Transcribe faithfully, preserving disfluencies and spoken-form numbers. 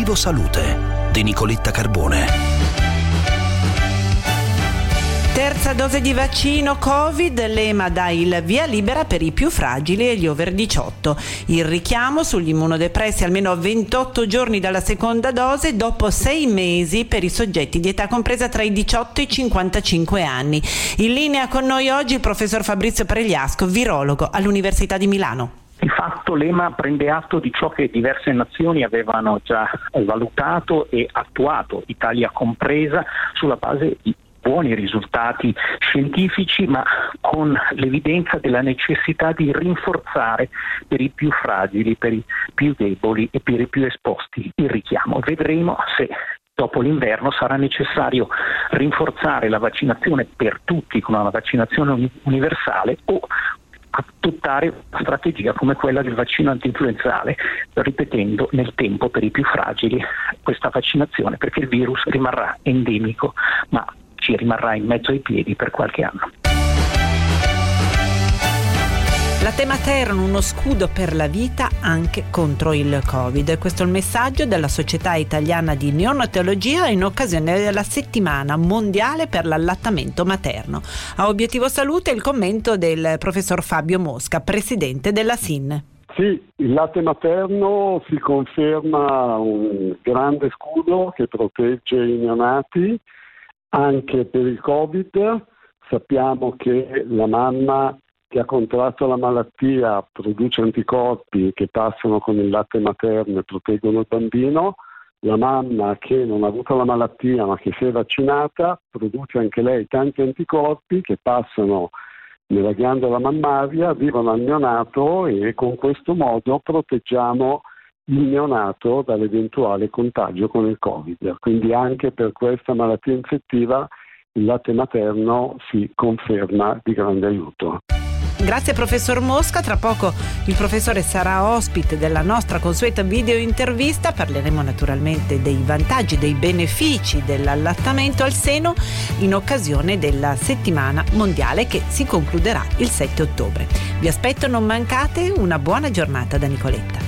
Obiettivo Salute di Nicoletta Carbone. Terza dose di vaccino Covid, l'E M A dà il via libera per i più fragili e gli over diciotto. Il richiamo sugli immunodepressi almeno ventotto giorni dalla seconda dose dopo sei mesi per i soggetti di età compresa tra i diciotto e i cinquantacinque anni. In linea con noi oggi il professor Fabrizio Pregliasco, virologo all'Università di Milano. Di fatto l'E M A prende atto di ciò che diverse nazioni avevano già valutato e attuato, Italia compresa, sulla base di buoni risultati scientifici, ma con l'evidenza della necessità di rinforzare per i più fragili, per i più deboli e per i più esposti il richiamo. Vedremo se dopo l'inverno sarà necessario rinforzare la vaccinazione per tutti con una vaccinazione universale o adottare una strategia come quella del vaccino antinfluenzale, ripetendo nel tempo per i più fragili questa vaccinazione, perché il virus rimarrà endemico, ma ci rimarrà in mezzo ai piedi per qualche anno. Latte materno, uno scudo per la vita anche contro il Covid. Questo è il messaggio della Società Italiana di Neonatologia in occasione della settimana mondiale per l'allattamento materno. A Obiettivo Salute il commento del professor Fabio Mosca, presidente della S I N. Sì, il latte materno si conferma un grande scudo che protegge i neonati anche per il Covid. Sappiamo che la mamma che ha contratto la malattia produce anticorpi che passano con il latte materno e proteggono il bambino. La mamma che non ha avuto la malattia ma che si è vaccinata produce anche lei tanti anticorpi che passano nella ghiandola mammaria, arrivano al neonato e con questo modo proteggiamo il neonato dall'eventuale contagio con il Covid. Quindi anche per questa malattia infettiva il latte materno si conferma di grande aiuto. Grazie professor Mosca, tra poco il professore sarà ospite della nostra consueta video intervista, parleremo naturalmente dei vantaggi, dei benefici dell'allattamento al seno in occasione della settimana mondiale che si concluderà il sette ottobre. Vi aspetto, non mancate, una buona giornata da Nicoletta.